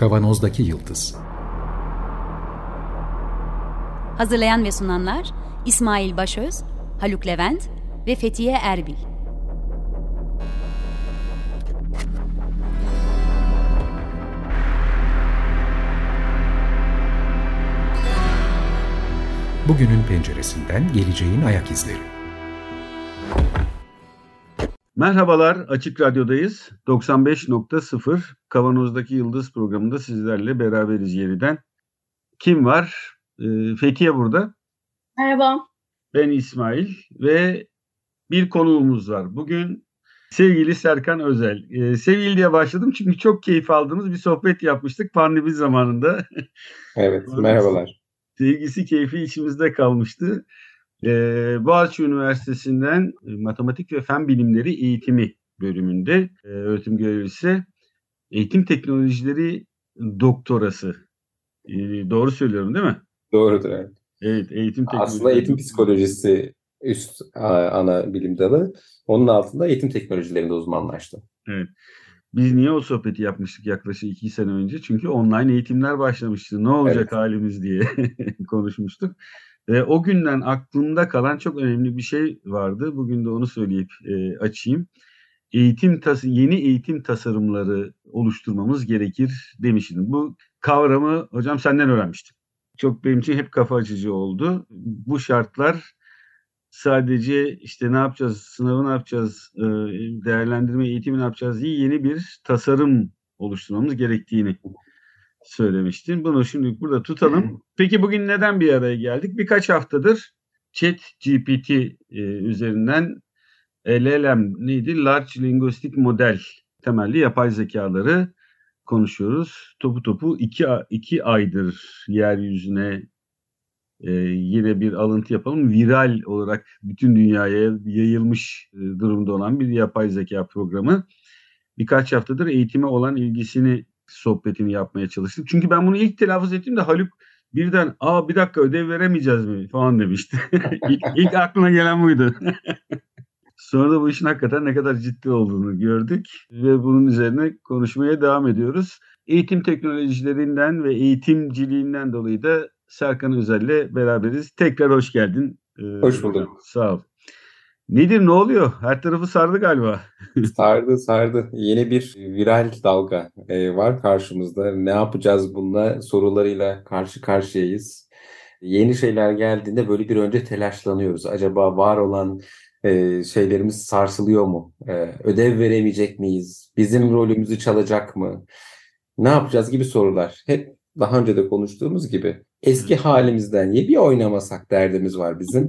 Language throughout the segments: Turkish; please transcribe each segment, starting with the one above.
Kavanozdaki Yıldız. Hazırlayan ve sunanlar İsmail Başöz, Haluk Levent ve Fethiye Erbil. Bugünün penceresinden geleceğin ayak izleri. Merhabalar, Açık Radyo'dayız. 95.0 Kavanoz'daki Yıldız programında sizlerle beraberiz yeniden. Kim var? Fethiye burada. Merhaba. Ben İsmail ve bir konuğumuz var. Bugün sevgili Serkan Özel. Sevgili diye başladım çünkü çok keyif aldığımız bir sohbet yapmıştık pandemi zamanında. Evet, merhabalar. Sevgisi, keyfi içimizde kalmıştı. Boğaziçi Üniversitesi'nden Matematik ve Fen Bilimleri Eğitimi bölümünde öğretim görevlisi, eğitim teknolojileri doktorası. Doğru söylüyorum değil mi? Doğrudur, evet. Evet, eğitim teknolojileri. Aslında eğitim psikolojisi üst ana bilim dalı. Onun altında eğitim teknolojilerinde uzmanlaştı. Evet. Biz niye o sohbeti yapmıştık yaklaşık 2 sene önce? Çünkü online eğitimler başlamıştı. Ne olacak halimiz diye konuşmuştuk. O günden aklımda kalan çok önemli bir şey vardı. Bugün de onu söyleyip açayım. Yeni eğitim tasarımları oluşturmamız gerekir demiştim. Bu kavramı hocam senden öğrenmiştim. Çok benim için hep kafa açıcı oldu. Bu şartlar sadece işte ne yapacağız, sınavı ne yapacağız, değerlendirme eğitimi ne yapacağız diye yeni bir tasarım oluşturmamız gerektiğini söylemiştin. Bunu şimdi burada tutalım. Peki bugün neden bir araya geldik? Birkaç haftadır ChatGPT üzerinden LLM neydi? Large Linguistic Model temelli yapay zekaları konuşuyoruz. Topu 2 aydır yeryüzüne yine bir alıntı yapalım. Viral olarak bütün dünyaya yayılmış durumda olan bir yapay zeka programı. Birkaç haftadır eğitime olan ilgisini, sohbetini yapmaya çalıştık. Çünkü ben bunu ilk telaffuz ettiğimde Haluk birden bir dakika ödev veremeyeceğiz mi falan demişti. İlk aklına gelen buydu. Sonra da bu işin hakikaten ne kadar ciddi olduğunu gördük ve bunun üzerine konuşmaya devam ediyoruz. Eğitim teknolojilerinden ve eğitimciliğinden dolayı da Serkan Özel'le beraberiz. Tekrar hoş geldin. Hoş bulduk. Sağ ol. Nedir, ne oluyor? Her tarafı sardı galiba. Sardı. Yeni bir viral dalga var karşımızda. Ne yapacağız bununla sorularıyla karşı karşıyayız. Yeni şeyler geldiğinde böyle bir önce telaşlanıyoruz. Acaba var olan şeylerimiz sarsılıyor mu? Ödev veremeyecek miyiz? Bizim rolümüzü çalacak mı? Ne yapacağız gibi sorular. Hep daha önce de konuştuğumuz gibi eski halimizden bir oynamasak derdimiz var bizim.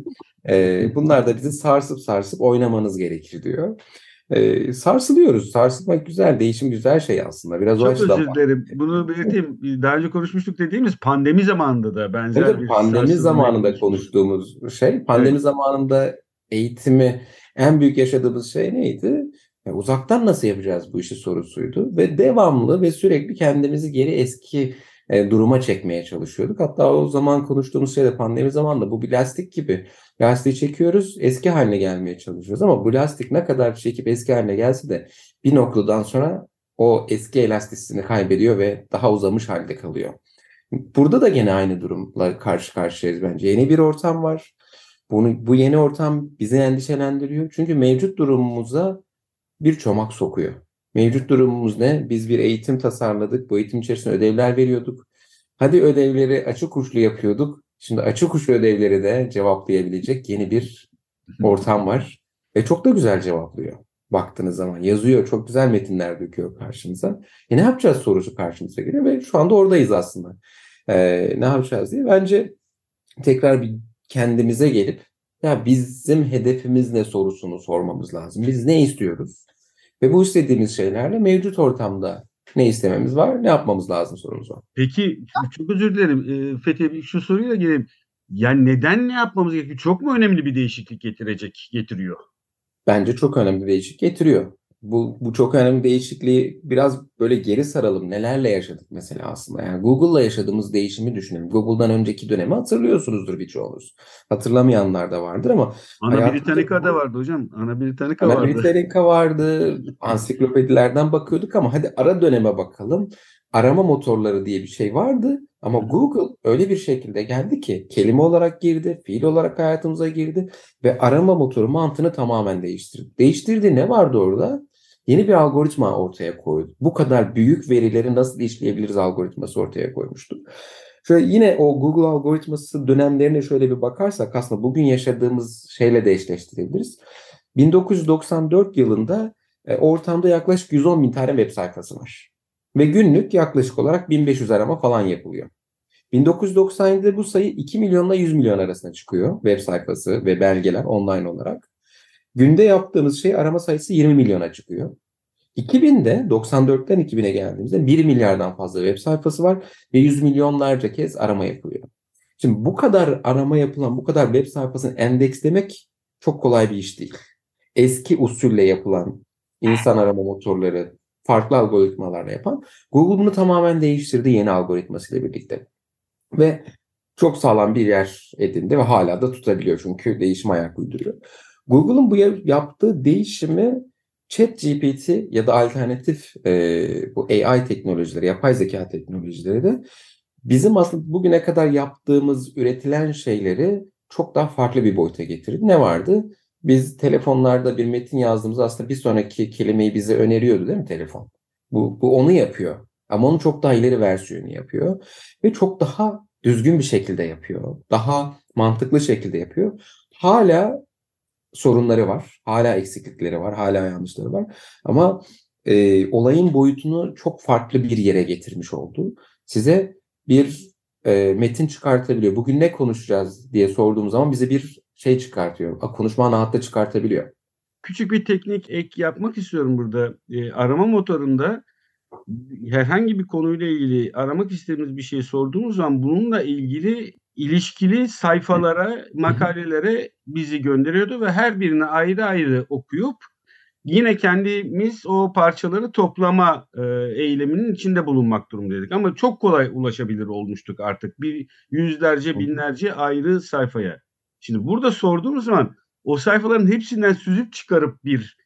Bunlar da bizi sarsıp oynamanız gerekir diyor. Sarsılıyoruz. Sarsılmak güzel, değişim güzel şey aslında. Biraz çok o açıdan özür dilerim. Bunu belirteyim. Daha önce konuşmuştuk dediğimiz pandemi zamanında da benzer bir pandemi zamanında konuştuğumuz şey. Pandemi zamanında eğitimi en büyük yaşadığımız şey neydi? Uzaktan nasıl yapacağız bu işi sorusuydu ve devamlı ve sürekli kendimizi geri eski duruma çekmeye çalışıyorduk. Hatta o zaman konuştuğumuz şey de pandemi zamanında bu bir lastik gibi. Lastiği çekiyoruz, eski haline gelmeye çalışıyoruz ama bu lastik ne kadar çekip eski haline gelse de bir noktadan sonra o eski elastisini kaybediyor ve daha uzamış halde kalıyor. Burada da gene aynı durumla karşı karşıyayız bence. Yeni bir ortam var. Bu yeni ortam bizi endişelendiriyor. Çünkü mevcut durumumuza bir çomak sokuyor. Mevcut durumumuz ne? Biz bir eğitim tasarladık. Bu eğitim içerisinde ödevler veriyorduk. Hadi ödevleri açık uçlu yapıyorduk. Şimdi açık uçlu ödevleri de cevaplayabilecek yeni bir ortam var. Ve çok da güzel cevaplıyor. Baktığınız zaman yazıyor. Çok güzel metinler döküyor karşımıza. Ne yapacağız sorusu karşımıza geliyor ve şu anda oradayız aslında. Ne yapacağız diye. Bence tekrar bir kendimize gelip bizim hedefimiz ne sorusunu sormamız lazım. Biz ne istiyoruz? Ve bu istediğimiz şeylerle mevcut ortamda ne istememiz var, ne yapmamız lazım sorumuz var. Peki çok özür dilerim. Fethiye şu soruyla geleyim. Yani neden ne yapmamız gerekiyor? Çok mu önemli bir değişiklik getiriyor? Bence çok önemli bir değişiklik getiriyor. Bu çok önemli değişikliği biraz böyle geri saralım. Nelerle yaşadık mesela aslında. Yani Google'la yaşadığımız değişimi düşünelim. Google'dan önceki dönemi hatırlıyorsunuzdur birçoğunuz. Hatırlamayanlar da vardır ama Ana Britannica da vardı hocam. Ana Britannica vardı. Ana Britannica vardı. Ansiklopedilerden bakıyorduk ama hadi ara döneme bakalım. arama motorları diye bir şey vardı. Ama Google öyle bir şekilde geldi ki kelime olarak girdi, fiil olarak hayatımıza girdi ve arama motoru mantığını tamamen değiştirdi. Değiştirdiği ne vardı orada? Yeni bir algoritma ortaya koydu. Bu kadar büyük verileri nasıl işleyebiliriz algoritması ortaya koymuştu. Şöyle yine o Google algoritması dönemlerine şöyle bir bakarsak aslında bugün yaşadığımız şeyle de eşleştirebiliriz. 1994 yılında ortamda yaklaşık 110 bin tane web sayfası var. Ve günlük yaklaşık olarak 1500 arama falan yapılıyor. 1997'de bu sayı 2 milyonla 100 milyon arasına çıkıyor web sayfası ve belgeler online olarak. Günde yaptığımız şey arama sayısı 20 milyona çıkıyor. 2000'de 94'ten 2000'e geldiğimizde 1 milyardan fazla web sayfası var ve 100 milyonlarca kez arama yapılıyor. Şimdi bu kadar arama yapılan, bu kadar web sayfasını endekslemek çok kolay bir iş değil. Eski usulle yapılan insan arama motorları, farklı algoritmalarla yapan Google bunu tamamen değiştirdi yeni algoritmasıyla birlikte. Ve çok sağlam bir yer edindi ve hala da tutabiliyor çünkü değişime ayak uyduruyor. Google'ın bu yaptığı değişimi ChatGPT ya da alternatif bu AI teknolojileri, yapay zeka teknolojileri de bizim aslında bugüne kadar yaptığımız, üretilen şeyleri çok daha farklı bir boyuta getirdi. Ne vardı? Biz telefonlarda bir metin yazdığımızda aslında bir sonraki kelimeyi bize öneriyordu değil mi telefon? Bu onu yapıyor. Ama onun çok daha ileri versiyonu yapıyor. Ve çok daha düzgün bir şekilde yapıyor. Daha mantıklı şekilde yapıyor. Hala sorunları var. Hala eksiklikleri var. Hala yanlışları var. Ama olayın boyutunu çok farklı bir yere getirmiş oldu. Size bir metin çıkartabiliyor. Bugün ne konuşacağız diye sorduğumuz zaman bize bir şey çıkartıyor. Konuşma ana hattı çıkartabiliyor. Küçük bir teknik ek yapmak istiyorum burada. Arama motorunda herhangi bir konuyla ilgili aramak istediğimiz bir şey sorduğumuz zaman bununla ilgili ilişkili sayfalara, makalelere bizi gönderiyordu ve her birini ayrı ayrı okuyup yine kendimiz o parçaları toplama eyleminin içinde bulunmak durumundaydık. Ama çok kolay ulaşabilir olmuştuk artık. Yüzlerce, binlerce ayrı sayfaya. Şimdi burada sorduğumuz zaman o sayfaların hepsinden süzüp çıkarıp bir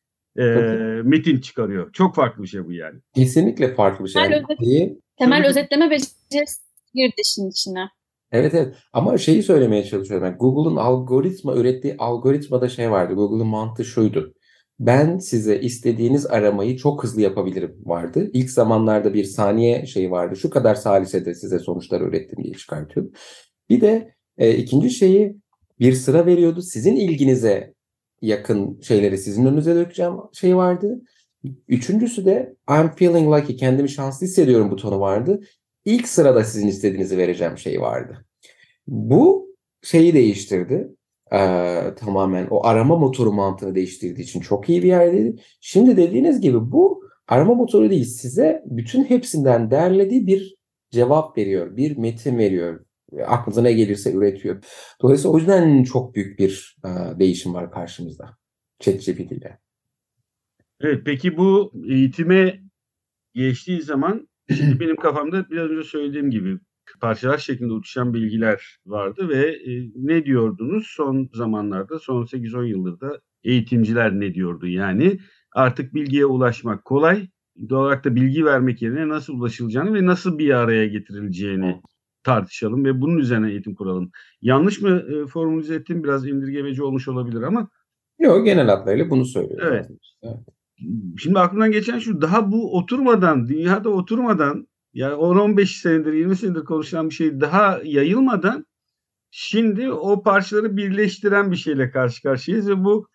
metin çıkarıyor. Çok farklı bir şey bu yani. Kesinlikle farklı bir şey. Temel özetleme becerisi girdi işin içine. Evet. Ama şeyi söylemeye çalışıyorum. Yani Google'un ürettiği algoritmada şey vardı. Google'un mantığı şuydu. Ben size istediğiniz aramayı çok hızlı yapabilirim vardı. İlk zamanlarda bir saniye şey vardı. Şu kadar salisede size sonuçlar ürettim diye çıkartıyordu. Bir de ikinci şeyi bir sıra veriyordu. Sizin ilginize yakın şeyleri sizin önünüze dökeceğim şey vardı. Üçüncüsü de I'm feeling lucky, kendimi şanslı hissediyorum butonu vardı. İlk sırada sizin istediğinizi vereceğim şey vardı. Bu şeyi değiştirdi. Tamamen o arama motoru mantığını değiştirdiği için çok iyi bir yerdeydi. Şimdi dediğiniz gibi bu arama motoru değil, size bütün hepsinden derlediği bir cevap veriyor. Bir metin veriyor. Aklınıza ne gelirse üretiyor. Dolayısıyla o yüzden çok büyük bir değişim var karşımızda ChatGPT ile. Evet, peki bu eğitime geçtiği zaman şimdi benim kafamda biraz önce söylediğim gibi parçalar şeklinde uçuşan bilgiler vardı ve ne diyordunuz son zamanlarda, son 8-10 yıldır da eğitimciler ne diyordu? Yani artık bilgiye ulaşmak kolay, doğal olarak da bilgi vermek yerine nasıl ulaşılacağını ve nasıl bir araya getirileceğini tartışalım ve bunun üzerine eğitim kuralım. Yanlış mı formülize ettim? Biraz indirgemeci olmuş olabilir ama. Yok, genel hatlarıyla bunu söylüyoruz. Evet. Şimdi aklımdan geçen şu, daha bu oturmadan, dünyada oturmadan, yani 10-15 senedir, 20 senedir konuşulan bir şey daha yayılmadan şimdi o parçaları birleştiren bir şeyle karşı karşıyayız ve bu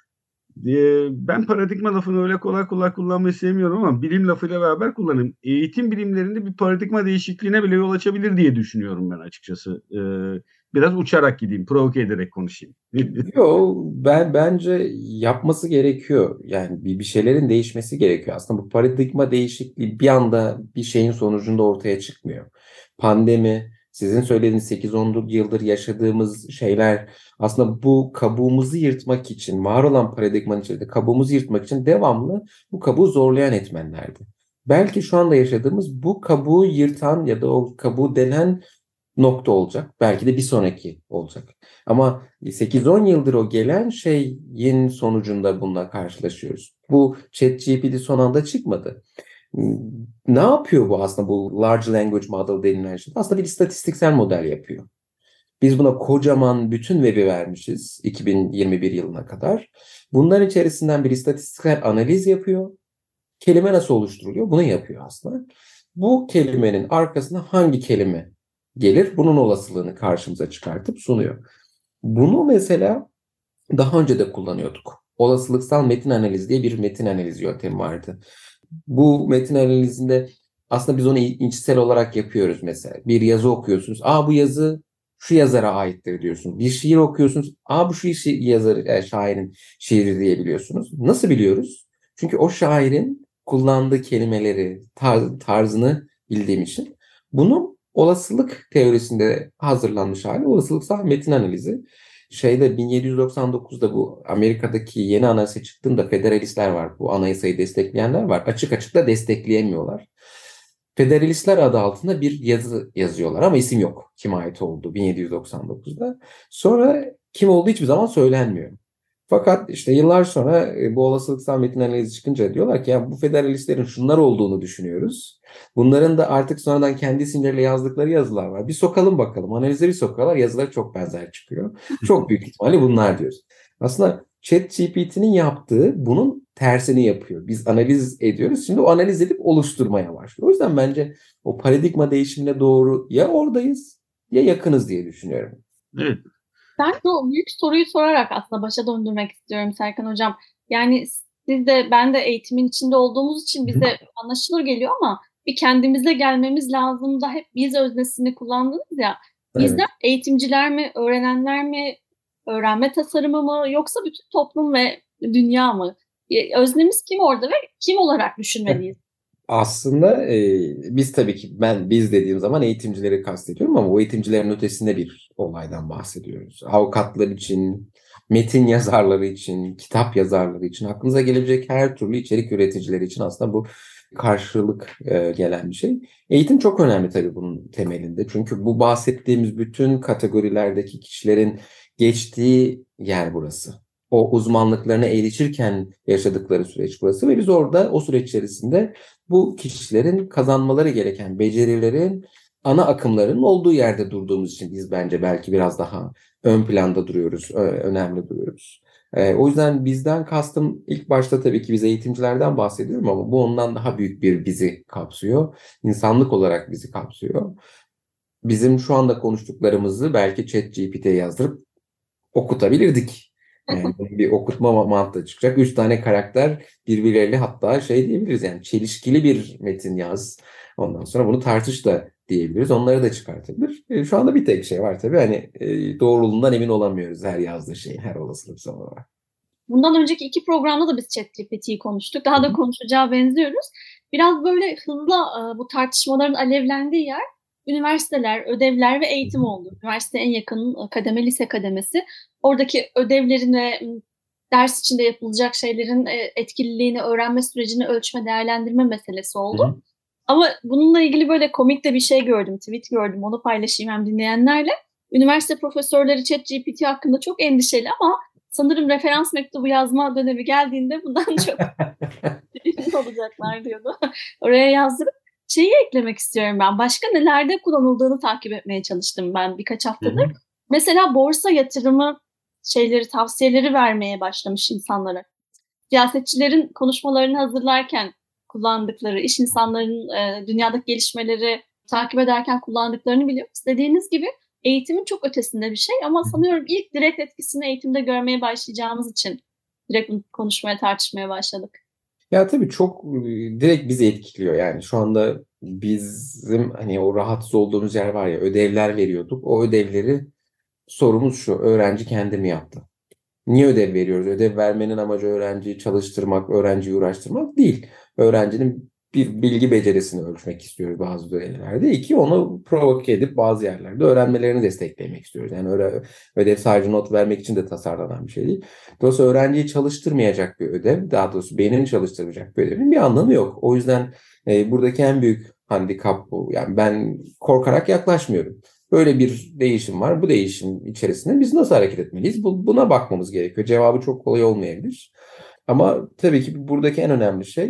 ben paradigma lafını öyle kolay kullanmayı sevmiyorum ama bilim lafıyla beraber kullanayım. Eğitim bilimlerinde bir paradigma değişikliğine bile yol açabilir diye düşünüyorum ben açıkçası. Biraz uçarak gideyim, provoke ederek konuşayım. Yok, bence yapması gerekiyor. Yani bir şeylerin değişmesi gerekiyor. Aslında bu paradigma değişikliği bir anda bir şeyin sonucunda ortaya çıkmıyor. Pandemi, sizin söylediğiniz 8-10 yıldır yaşadığımız şeyler aslında bu kabuğumuzu yırtmak için, var olan paradigmanın içinde kabuğumuzu yırtmak için devamlı bu kabuğu zorlayan etmenlerdi. Belki şu anda yaşadığımız bu kabuğu yırtan ya da o kabuğu delen nokta olacak. Belki de bir sonraki olacak. Ama 8-10 yıldır o gelen şeyin sonucunda bununla karşılaşıyoruz. Bu ChatGPT son anda çıkmadı. Ne yapıyor bu aslında, bu large language model denilen şey? Aslında bir istatistiksel model yapıyor. Biz buna kocaman bütün web'i vermişiz 2021 yılına kadar. Bunların içerisinden bir istatistiksel analiz yapıyor. Kelime nasıl oluşturuluyor? Bunu yapıyor aslında. Bu kelimenin arkasına hangi kelime gelir? Bunun olasılığını karşımıza çıkartıp sunuyor. Bunu mesela daha önce de kullanıyorduk. Olasılıksal metin analizi diye bir metin analizi yöntemi vardı. Bu metin analizinde aslında biz onu içsel olarak yapıyoruz mesela. Bir yazı okuyorsunuz. Bu yazı şu yazara aittir diyorsunuz. Bir şiir okuyorsunuz. Bu şu şairin şiiri diyebiliyorsunuz. Nasıl biliyoruz? Çünkü o şairin kullandığı kelimeleri, tarzını bildiğim için. Bunun olasılık teorisinde hazırlanmış hali olasılıksal metin analizi. 1799'da bu Amerika'daki yeni anayasa çıktığında federalistler var. Bu anayasayı destekleyenler var. Açık açık da destekleyemiyorlar. Federalistler adı altında bir yazı yazıyorlar ama isim yok. Kime ait olduğu 1799'da. Sonra kim olduğu hiçbir zaman söylenmiyor. Fakat işte yıllar sonra bu olasılıksal metin analizi çıkınca diyorlar ki ya bu federalistlerin şunlar olduğunu düşünüyoruz. Bunların da artık sonradan kendi isimleriyle yazdıkları yazılar var. Bir sokalım bakalım. Analize bir sokuyorlar. Yazılar çok benzer çıkıyor. Çok büyük ihtimalle bunlar diyoruz. Aslında ChatGPT'nin yaptığı bunun tersini yapıyor. Biz analiz ediyoruz. Şimdi o analiz edip oluşturmaya başlıyor. O yüzden bence o paradigma değişimine doğru ya oradayız ya yakınız diye düşünüyorum. Evet. Ben de o büyük soruyu sorarak aslında başa döndürmek istiyorum Serkan Hocam. Yani siz de ben de eğitimin içinde olduğumuz için bize anlaşılır geliyor ama bir kendimize gelmemiz lazım da hep biz öznesini kullandınız ya. Bizler eğitimciler mi, öğrenenler mi, öğrenme tasarımı mı yoksa bütün toplum ve dünya mı? Öznemiz kim orada ve kim olarak düşünmeliyiz? Aslında biz tabii ki biz dediğim zaman eğitimcileri kastediyorum ama o eğitimcilerin ötesinde bir olaydan bahsediyoruz. Avukatlar için, metin yazarları için, kitap yazarları için, aklınıza gelebilecek her türlü içerik üreticileri için aslında bu karşılık gelen bir şey. Eğitim çok önemli tabii bunun temelinde. Çünkü bu bahsettiğimiz bütün kategorilerdeki kişilerin geçtiği yer burası. O uzmanlıklarına erişirken yaşadıkları süreç burası ve biz orada o süreç içerisinde bu kişilerin kazanmaları gereken becerilerin ana akımlarının olduğu yerde durduğumuz için biz bence belki biraz daha ön planda duruyoruz, önemli duruyoruz. O yüzden bizden kastım ilk başta tabii ki biz eğitimcilerden bahsediyorum ama bu ondan daha büyük bir bizi kapsıyor. İnsanlık olarak bizi kapsıyor. Bizim şu anda konuştuklarımızı belki ChatGPT'ye yazdırıp okutabilirdik. Yani bir okutma mantığı çıkacak. 3 tane karakter birbirleriyle hatta diyebiliriz yani çelişkili bir metin yaz. Ondan sonra bunu tartış da diyebiliriz. Onları da çıkartabilir. Şu anda bir tek şey var tabii hani doğruluğundan emin olamıyoruz her yazdığı şeyin, her olasılıksal olarak. Bundan önceki 2 programda da biz ChatGPT'yi konuştuk. Daha da konuşacağı benziyoruz. Biraz böyle hızla bu tartışmaların alevlendiği yer üniversiteler, ödevler ve eğitim oldu. Üniversite en yakın kademe lise kademesi. Oradaki ödevlerin ve ders içinde yapılacak şeylerin etkililiğini, öğrenme sürecini ölçme, değerlendirme meselesi oldu. Ama bununla ilgili böyle komik de bir şey gördüm, tweet gördüm. Onu paylaşayım hem dinleyenlerle. Üniversite profesörleri ChatGPT hakkında çok endişeli ama sanırım referans mektubu yazma dönemi geldiğinde bundan çok olacaklar diyordu. Oraya yazdırıp şeyi eklemek istiyorum ben. Başka nelerde kullanıldığını takip etmeye çalıştım ben birkaç haftadır. Mesela borsa yatırımı tavsiyeleri vermeye başlamış insanlara. Siyasetçilerin konuşmalarını hazırlarken kullandıkları, iş insanlarının dünyadaki gelişmeleri takip ederken kullandıklarını biliyoruz. Dediğiniz gibi eğitimin çok ötesinde bir şey ama sanıyorum ilk direkt etkisini eğitimde görmeye başlayacağımız için direkt konuşmaya, tartışmaya başladık. Ya tabii çok direkt bizi etkiliyor yani şu anda bizim hani o rahatsız olduğumuz yer var ya, ödevler veriyorduk. O ödevleri sorumuz şu: öğrenci kendi mi yaptı? Niye ödev veriyoruz? Ödev vermenin amacı öğrenciyi çalıştırmak, öğrenciyi uğraştırmak değil. Öğrencinin bir bilgi becerisini ölçmek istiyoruz bazı ödevlerde. 2, onu provoke edip bazı yerlerde öğrenmelerini desteklemek istiyoruz. Yani ödev sadece not vermek için de tasarlanan bir şey değil. Dolayısıyla öğrenciyi çalıştırmayacak bir ödev, daha doğrusu beynini çalıştıracak bir ödevin bir anlamı yok. O yüzden buradaki en büyük handikap bu. Yani ben korkarak yaklaşmıyorum. Böyle bir değişim var. Bu değişim içerisinde biz nasıl hareket etmeliyiz? Buna bakmamız gerekiyor. Cevabı çok kolay olmayabilir. Ama tabii ki buradaki en önemli şey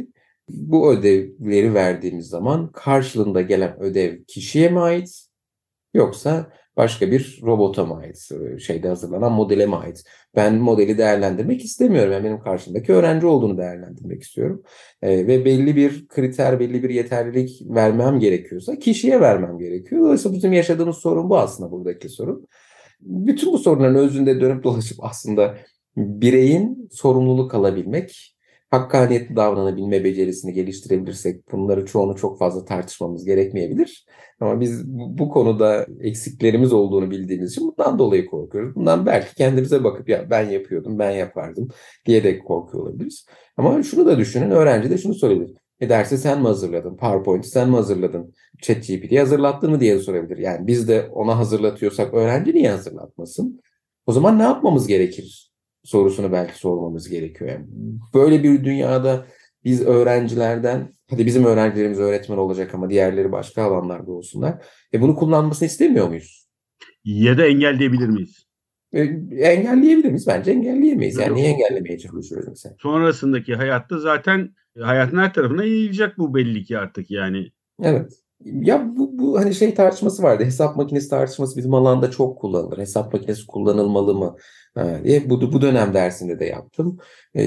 Bu ödevleri verdiğimiz zaman karşılığında gelen ödev kişiye mi ait yoksa başka bir robota mı ait, şeyde hazırlanan modele mi ait? Ben modeli değerlendirmek istemiyorum. Yani benim karşımdaki öğrenci olduğunu değerlendirmek istiyorum. Ve belli bir kriter, belli bir yeterlilik vermem gerekiyorsa kişiye vermem gerekiyor. Dolayısıyla bizim yaşadığımız sorun bu aslında, buradaki sorun. Bütün bu sorunların özünde dönüp dolaşıp aslında bireyin sorumluluk alabilmek, hakkaniyetli davranabilme becerisini geliştirebilirsek bunları çoğunu çok fazla tartışmamız gerekmeyebilir. Ama biz bu konuda eksiklerimiz olduğunu bildiğimiz için bundan dolayı korkuyoruz. Bundan belki kendimize bakıp ya ben yapıyordum, ben yapardım diye de korkuyor olabiliriz. Ama şunu da düşünün, öğrenci de şunu sorabilir. Dersi sen mi hazırladın? PowerPoint'i sen mi hazırladın? ChatGPT'yi hazırlattın mı diye sorabilir. Yani biz de ona hazırlatıyorsak öğrenci niye hazırlatmasın? O zaman ne yapmamız gerekir sorusunu belki sormamız gerekiyor. Yani böyle bir dünyada biz öğrencilerden, hadi bizim öğrencilerimiz öğretmen olacak ama diğerleri başka alanlarda olsunlar. Bunu kullanmasını istemiyor muyuz? Ya da engelleyebilir miyiz? Engelleyebilir miyiz? Bence engelleyemeyiz. Yani niye engellemeye çalışıyoruz mesela? Sonrasındaki hayatta zaten hayatın her tarafına yayılacak bu belli ki artık yani. Evet. Ya bu hani şey tartışması vardı. Hesap makinesi tartışması bizim alanda çok kullanılır. Hesap makinesi kullanılmalı mı diye bu dönem dersinde de yaptım.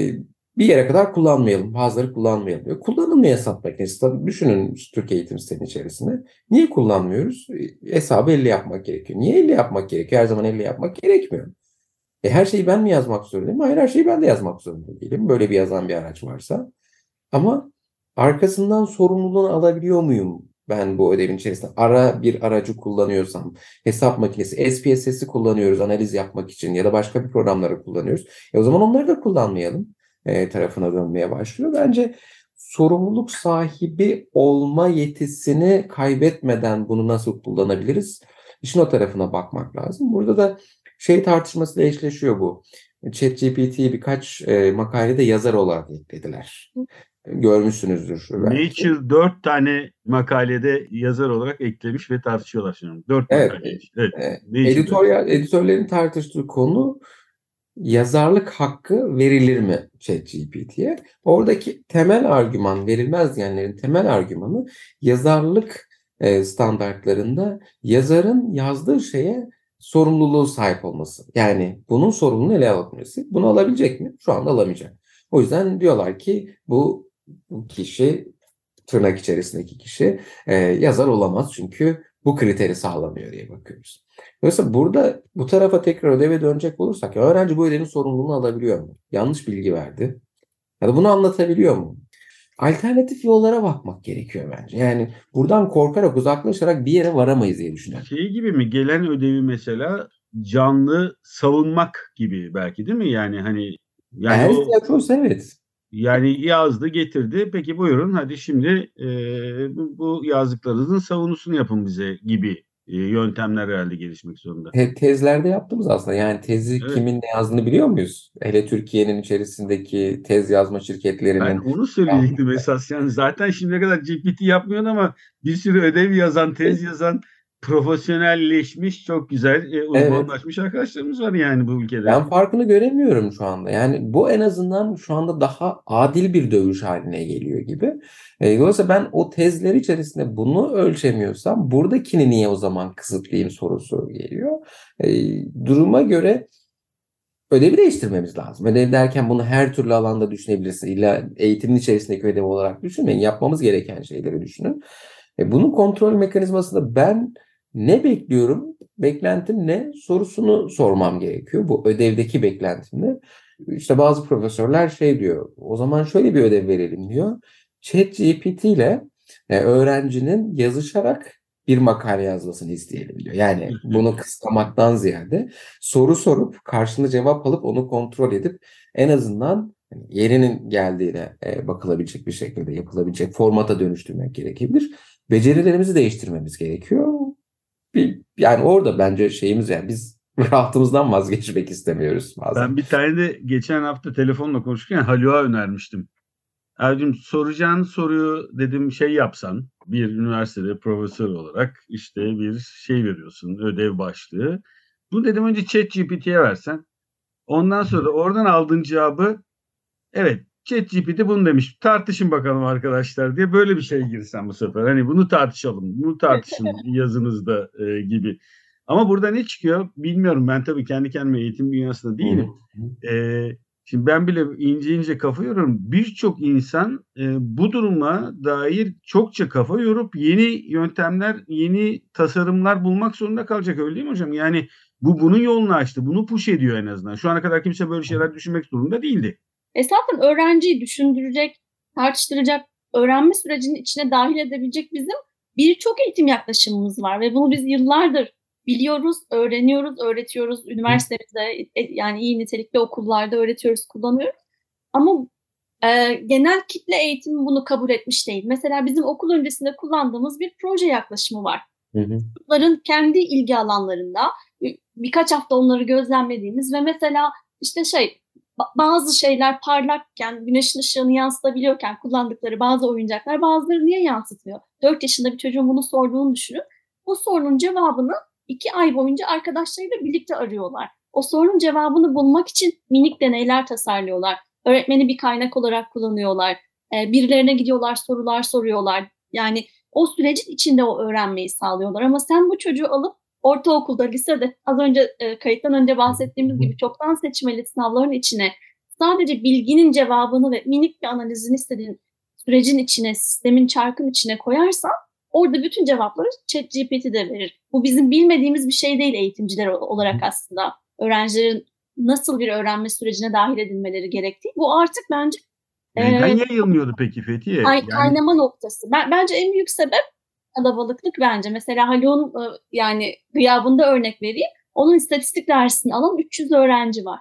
Bir yere kadar kullanmayalım. Bazıları kullanmayalım diyor. Kullanılmıyor hesap makinesi. Tabii düşünün Türk eğitim sistemi içerisinde. Niye kullanmıyoruz? Hesabı elle yapmak gerekiyor. Niye elle yapmak gerekiyor? Her zaman elle yapmak gerekmiyor. Her şeyi ben mi yazmak zorundayım? Hayır, her şeyi ben de yazmak zorunda değilim. Böyle bir yazan bir araç varsa. Ama arkasından sorumluluğunu alabiliyor muyum ben bu ödevin içerisinde? Bir aracı kullanıyorsam, hesap makinesi, SPSS'i kullanıyoruz analiz yapmak için ya da başka bir programları kullanıyoruz. O zaman onları da kullanmayalım tarafına dönmeye başlıyor. Bence sorumluluk sahibi olma yetisini kaybetmeden bunu nasıl kullanabiliriz? İşin o tarafına bakmak lazım. Burada da şey tartışmasıyla eşleşiyor bu. ChatGPT'yi birkaç makalede yazar olarak eklediler. Görmüşsünüzdür belki. Nature 4 tane makalede yazar olarak eklemiş ve tartışıyorlar şimdi. 4 Evet, makale. Evet. editörlerin tartıştığı konu yazarlık hakkı verilir mi ChatGPT'ye? Oradaki temel argüman, verilmez diyenlerin temel argümanı yazarlık standartlarında yazarın yazdığı şeye sorumluluğu sahip olması. Yani bunun sorumluluğunu ele alabilmesi. Bunu alabilecek mi? Şu anda alamayacak. O yüzden diyorlar ki bu kişi, tırnak içerisindeki kişi yazar olamaz çünkü bu kriteri sağlamıyor diye bakıyoruz. Dolayısıyla burada bu tarafa tekrar ödeve dönecek olursak öğrenci bu ödevin sorumluluğunu alabiliyor mu? Yanlış bilgi verdi. Ya da bunu anlatabiliyor mu? Alternatif yollara bakmak gerekiyor bence. Yani buradan korkarak, uzaklaşarak bir yere varamayız diye düşünüyorum. Şey gibi mi? Gelen ödevi mesela canlı savunmak gibi belki değil mi? Yani hani Eğer ihtiyaç olursa evet. Yani yazdı getirdi. Peki buyurun hadi şimdi bu yazdıklarınızın savunusunu yapın bize gibi yöntemler herhalde gelişmek zorunda. Tezlerde yaptığımız aslında. Yani tezi Evet. kimin ne yazdığını biliyor muyuz? Hele Türkiye'nin içerisindeki tez yazma Ben şirketlerinin. onu söyleyecektim esas. Yani zaten şimdiye kadar GPT yapmıyordu ama bir sürü ödev yazan, tez yazan, profesyonelleşmiş, çok güzel Evet. uzmanlaşmış arkadaşlarımız var yani bu ülkede. Ben farkını göremiyorum şu anda. Yani bu en azından şu anda daha adil bir dövüş haline geliyor gibi. Dolayısıyla ben o tezler içerisinde bunu ölçemiyorsam buradakini niye o zaman kısıtlayayım sorusu geliyor. Duruma göre ödevi değiştirmemiz lazım. Ödev derken bunu her türlü alanda düşünebilirsin. İlla eğitimin içerisindeki ödev olarak düşünmeyin. Yapmamız gereken şeyleri düşünün. Bunun kontrol mekanizmasında ben ne bekliyorum, beklentim ne sorusunu sormam gerekiyor. Bu ödevdeki beklentim ne? İşte bazı profesörler şey diyor, o zaman şöyle bir ödev verelim diyor. ChatGPT ile öğrencinin yazışarak bir makale yazmasını isteyelim diyor. Yani bunu kısıtlamaktan ziyade soru sorup karşılığında cevap alıp onu kontrol edip en azından yerinin geldiğine bakılabilecek bir şekilde yapılabilecek formata dönüştürmek gerekebilir. Becerilerimizi değiştirmemiz gerekiyor. Yani orada bence şeyimiz yani biz rahatımızdan vazgeçmek istemiyoruz bazen. Ben bir tane de geçen hafta telefonla konuşurken Haluk'a önermiştim. Ercim soracağın soruyu dedim şey yapsan bir üniversitede profesör olarak işte bir şey veriyorsun ödev başlığı. Bunu dedim önce ChatGPT'ye versen. Ondan sonra da oradan aldığın cevabı evet ChatGPT bunu demiş. Tartışın bakalım arkadaşlar diye böyle bir şey girsem bu sefer. Hani bunu tartışalım. Bunu tartışın yazınızda gibi. Ama burada ne çıkıyor bilmiyorum. Ben tabii kendi kendime eğitim dünyasında değilim. Şimdi ben bile ince kafa yoruyorum. Birçok insan bu duruma dair çokça kafa yorup yeni yöntemler, yeni tasarımlar bulmak zorunda kalacak. Öyle değil mi hocam? Yani bunun yolunu açtı. Bunu push ediyor en azından. Şu ana kadar kimse böyle şeyler düşünmek zorunda değildi. Zaten öğrenciyi düşündürecek, tartıştıracak, öğrenme sürecinin içine dahil edebilecek bizim birçok eğitim yaklaşımımız var. Ve bunu biz yıllardır biliyoruz, öğreniyoruz, öğretiyoruz. Üniversitemizde yani iyi nitelikli okullarda öğretiyoruz, kullanıyoruz. Ama genel kitle eğitimi bunu kabul etmiş değil. Mesela bizim okul öncesinde kullandığımız bir proje yaklaşımı var. Bunların kendi ilgi alanlarında birkaç hafta onları gözlemlediğimiz ve mesela işte bazı şeyler parlakken, güneşin ışığını yansıtabiliyorken kullandıkları bazı oyuncaklar bazıları niye yansıtmıyor? 4 yaşında bir çocuğun bunu sorduğunu düşünün. Bu sorunun cevabını 2 ay boyunca arkadaşlarıyla birlikte arıyorlar. O sorunun cevabını bulmak için minik deneyler tasarlıyorlar. Öğretmeni bir kaynak olarak kullanıyorlar. Birilerine gidiyorlar, sorular soruyorlar. Yani o sürecin içinde o öğrenmeyi sağlıyorlar. Ama sen bu çocuğu alıp ortaokulda, lisede, az önce kayıttan önce bahsettiğimiz gibi çoktan seçmeli sınavların içine sadece bilginin cevabını ve minik bir analizini istediğin sürecin içine, sistemin çarkın içine koyarsan orada bütün cevapları ChatGPT de verir. Bu bizim bilmediğimiz bir şey değil eğitimciler olarak aslında. Öğrencilerin nasıl bir öğrenme sürecine dahil edilmeleri gerektiği. Bu artık bence neden yayılmıyordu peki Fethiye? Kaynama noktası. Bence en büyük sebep kalabalıklık bence. Mesela Haluk'un yani gıyabında örnek vereyim. Onun istatistik dersini alan 300 öğrenci var.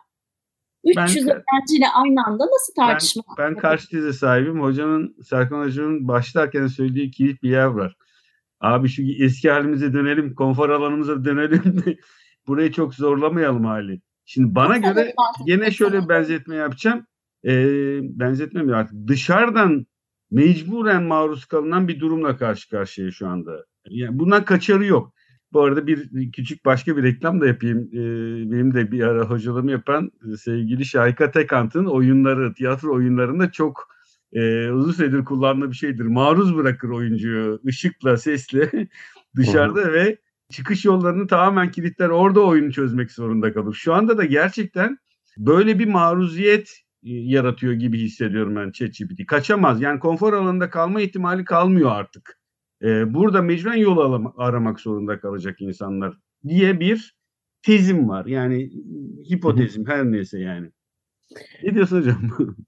300 öğrenciyle aynı anda nasıl tartışma? Ben karşı teze sahibim. Serkan Hoca'nın başlarken söylediği kilit bir yer var. Abi şu eski halimize dönelim, konfor alanımıza dönelim. Burayı çok zorlamayalım hali. Şimdi bana göre yine şöyle bir benzetme yapacağım. Benzetme mi artık? Dışarıdan mecburen maruz kalınan bir durumla karşı karşıya şu anda. Yani bundan kaçarı yok. Bu arada bir küçük başka bir reklam da yapayım. Benim de bir ara hocalığımı yapan sevgili Şahika Tekant'ın oyunları, tiyatro oyunlarında çok uzun süredir kullandığı bir şeydir. Maruz bırakır oyuncuyu ışıkla, sesle dışarıda ve çıkış yollarını tamamen kilitler. Orada oyunu çözmek zorunda kalır. Şu anda da gerçekten böyle bir maruziyet yaratıyor gibi hissediyorum ben ChatGPT. Kaçamaz. Yani konfor alanında kalma ihtimali kalmıyor artık. Burada mecburen yol aramak zorunda kalacak insanlar diye bir tezim var. Yani hipotezim her neyse yani. Ne diyorsun hocam?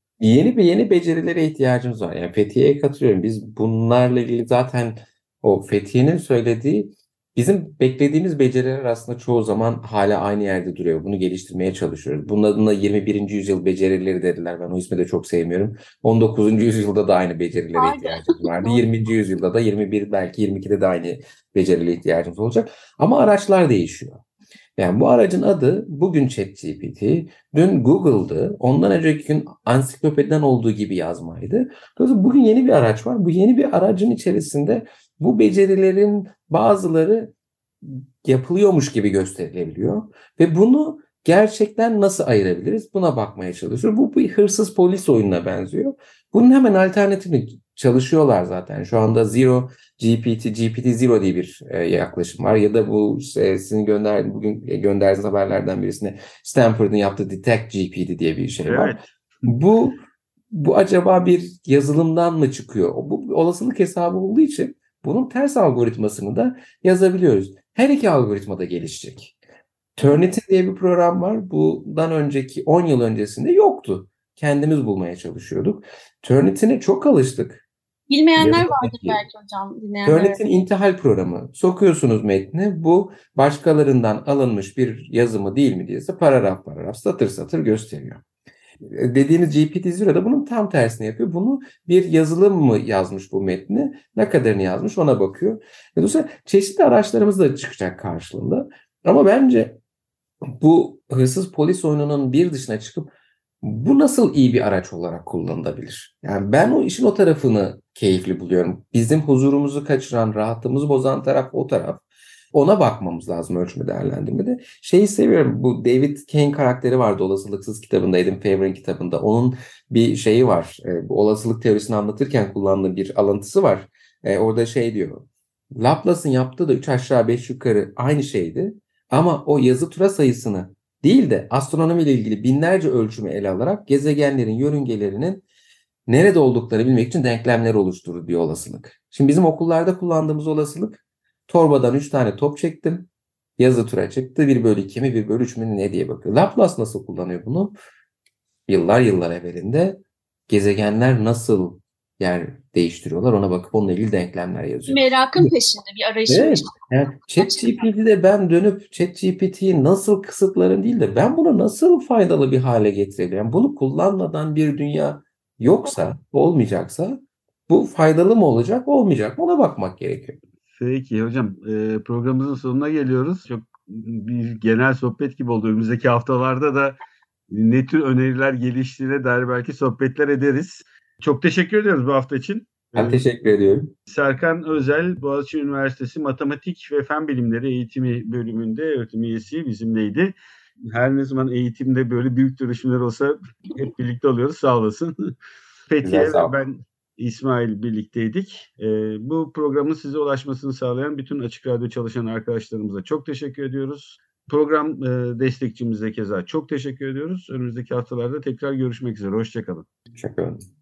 Yeni becerilere ihtiyacımız var. Yani Fethiye'ye katılıyorum. Biz bunlarla ilgili zaten o Fethiye'nin söylediği bizim beklediğimiz beceriler aslında çoğu zaman hala aynı yerde duruyor. Bunu geliştirmeye çalışıyoruz. Bunun adına 21. yüzyıl becerileri dediler. Ben o ismi de çok sevmiyorum. 19. yüzyılda da aynı becerilere ihtiyacımız vardı. 20. yüzyılda da 21 belki 22'de de aynı becerilere ihtiyacımız olacak. Ama araçlar değişiyor. Yani bu aracın adı bugün ChatGPT, dün Google'dı, ondan önceki gün ansiklopediden olduğu gibi yazmaydı. Dolayısıyla bugün yeni bir araç var. Bu yeni bir aracın içerisinde bu becerilerin bazıları yapılıyormuş gibi gösterilebiliyor. Ve bunu gerçekten nasıl ayırabiliriz? Buna bakmaya çalışıyor. Bu bir hırsız polis oyununa benziyor. Bunun hemen alternatifini çalışıyorlar zaten. Şu anda GPT Zero diye bir yaklaşım var. Ya da bu sizin bugün gönderdiğiniz haberlerden birisine Stanford'ın yaptığı Detect GPT diye bir şey var. Evet. Bu acaba bir yazılımdan mı çıkıyor? Bu olasılık hesabı olduğu için bunun ters algoritmasını da yazabiliyoruz. Her iki algoritma da gelişecek. Turnitin diye bir program var. Bundan önceki 10 yıl öncesinde yoktu. Kendimiz bulmaya çalışıyorduk. Turnitin'e çok alıştık. Bilmeyenler vardır belki hocam. Turnitin intihal programı. Sokuyorsunuz metni. Bu başkalarından alınmış bir yazımı değil mi diyese paragraf satır satır gösteriyor. Dediğimiz GPT-0 da bunun tam tersini yapıyor. Bunu bir yazılım mı yazmış bu metni? Ne kadarını yazmış ona bakıyor. Dolayısıyla çeşitli araçlarımız da çıkacak karşılığında. Ama bence bu hırsız polis oyununun bir dışına çıkıp bu nasıl iyi bir araç olarak kullanılabilir? Yani ben o işin o tarafını keyifli buluyorum. Bizim huzurumuzu kaçıran, rahatımızı bozan taraf o taraf. Ona bakmamız lazım ölçme değerlendirmede. Şeyi seviyorum. Bu David Kane karakteri vardı Olasılıksız kitabında, Adam Favor'ın kitabında. Onun bir şeyi var. Bu olasılık teorisini anlatırken kullandığı bir alıntısı var. Orada şey diyor. Laplace'ın yaptığı da 3 aşağı 5 yukarı aynı şeydi. Ama o yazı tura sayısını değil de astronomiyle ilgili binlerce ölçümü ele alarak gezegenlerin yörüngelerinin nerede olduklarını bilmek için denklemler oluşturur diyor olasılık. Şimdi bizim okullarda kullandığımız olasılık, torbadan 3 tane top çektim. Yazı tura çıktı. 1/2 mi 1/3 mü ne diye bakıyor. Laplace nasıl kullanıyor bunu? Yıllar evvelinde gezegenler nasıl yer değiştiriyorlar ona bakıp onunla ilgili denklemler yazıyor. Merakın peşinde, bir arayışın Evet. peşinde. Yani ChatGPT'de ben dönüp ChatGPT'yi nasıl kısıtlarım değil de ben bunu nasıl faydalı bir hale getirebilirim? Yani bunu kullanmadan bir dünya yoksa, olmayacaksa bu faydalı mı olacak, olmayacak mı ona bakmak gerekiyor. Peki hocam, programımızın sonuna geliyoruz. Çok bir genel sohbet gibi oldu. Önümüzdeki haftalarda da ne tür öneriler geliştiğine dair belki sohbetler ederiz. Çok teşekkür ediyoruz bu hafta için. Ben teşekkür ediyorum. Serkan Özel, Boğaziçi Üniversitesi Matematik ve Fen Bilimleri Eğitimi bölümünde öğretim üyesi bizimleydi. Her ne zaman eğitimde böyle büyük dönüşümler olsa hep birlikte oluyoruz. Sağ olasın. Fethiye ve ben İsmail birlikteydik. Bu programın size ulaşmasını sağlayan bütün Açık Radyo çalışan arkadaşlarımıza çok teşekkür ediyoruz. Program destekçimize keza çok teşekkür ediyoruz. Önümüzdeki haftalarda tekrar görüşmek üzere. Hoşça kalın. Teşekkür ederim.